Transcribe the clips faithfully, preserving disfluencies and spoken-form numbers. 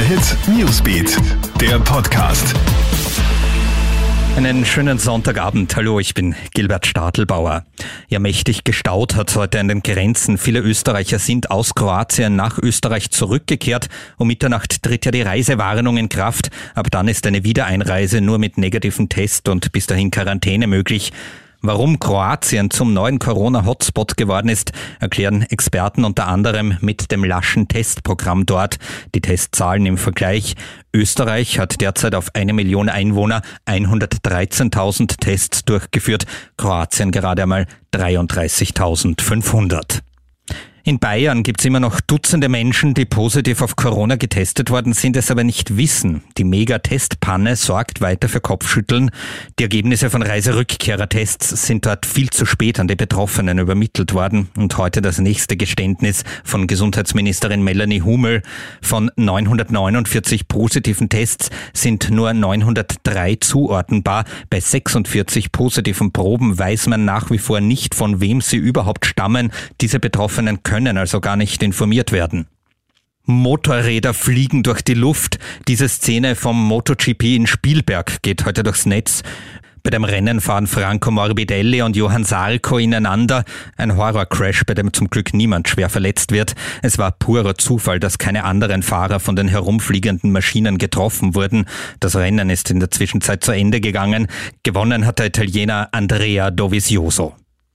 Hit Newsbeat, der Podcast. Einen schönen Sonntagabend. Hallo, ich bin Gilbert Stadelbauer. Ja, mächtig gestaut hat heute an den Grenzen. Viele Österreicher sind aus Kroatien nach Österreich zurückgekehrt. Um Mitternacht tritt ja die Reisewarnung in Kraft. Ab dann ist eine Wiedereinreise nur mit negativen Test und bis dahin Quarantäne möglich. Warum Kroatien zum neuen Corona-Hotspot geworden ist, erklären Experten unter anderem mit dem laschen Testprogramm dort. Die Testzahlen im Vergleich: Österreich hat derzeit auf eine Million Einwohner hundertdreizehntausend Tests durchgeführt, Kroatien gerade einmal dreiunddreißigtausendfünfhundert. In Bayern gibt es immer noch Dutzende Menschen, die positiv auf Corona getestet worden sind, es aber nicht wissen. Die Mega-Testpanne sorgt weiter für Kopfschütteln. Die Ergebnisse von Reiserückkehrertests sind dort viel zu spät an die Betroffenen übermittelt worden. Und heute das nächste Geständnis von Gesundheitsministerin Melanie Hummel. Von neunhundertneunundvierzig positiven Tests sind nur neunhundertdrei zuordnenbar. Bei sechsundvierzig positiven Proben weiß man nach wie vor nicht, von wem sie überhaupt stammen. Diese Betroffenen können können also gar nicht informiert werden. Motorräder fliegen durch die Luft. Diese Szene vom MotoGP in Spielberg geht heute durchs Netz. Bei dem Rennen fahren Franco Morbidelli und Johann Sarko ineinander. Ein Horrorcrash, bei dem zum Glück niemand schwer verletzt wird. Es war purer Zufall, dass keine anderen Fahrer von den herumfliegenden Maschinen getroffen wurden. Das Rennen ist in der Zwischenzeit zu Ende gegangen. Gewonnen hat der Italiener Andrea Dovizioso.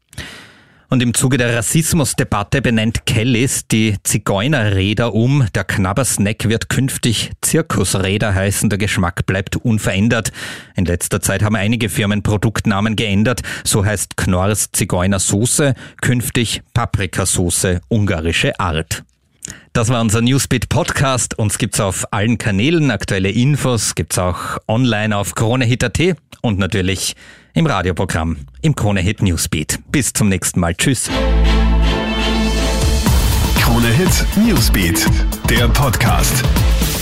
Und im Zuge der Rassismusdebatte benennt Kellys die Zigeunerräder um. Der Knabbersnack wird künftig Zirkusräder heißen. Der Geschmack bleibt unverändert. In letzter Zeit haben einige Firmen Produktnamen geändert. So heißt Knorrs Zigeunersoße künftig Paprikasoße ungarische Art. Das war unser Newsbeat Podcast. Uns gibt's auf allen Kanälen. Aktuelle Infos gibt's auch online auf kronehit punkt at und natürlich im Radioprogramm im Kronehit Newsbeat. Bis zum nächsten Mal. Tschüss. Kronehit Newsbeat, der Podcast.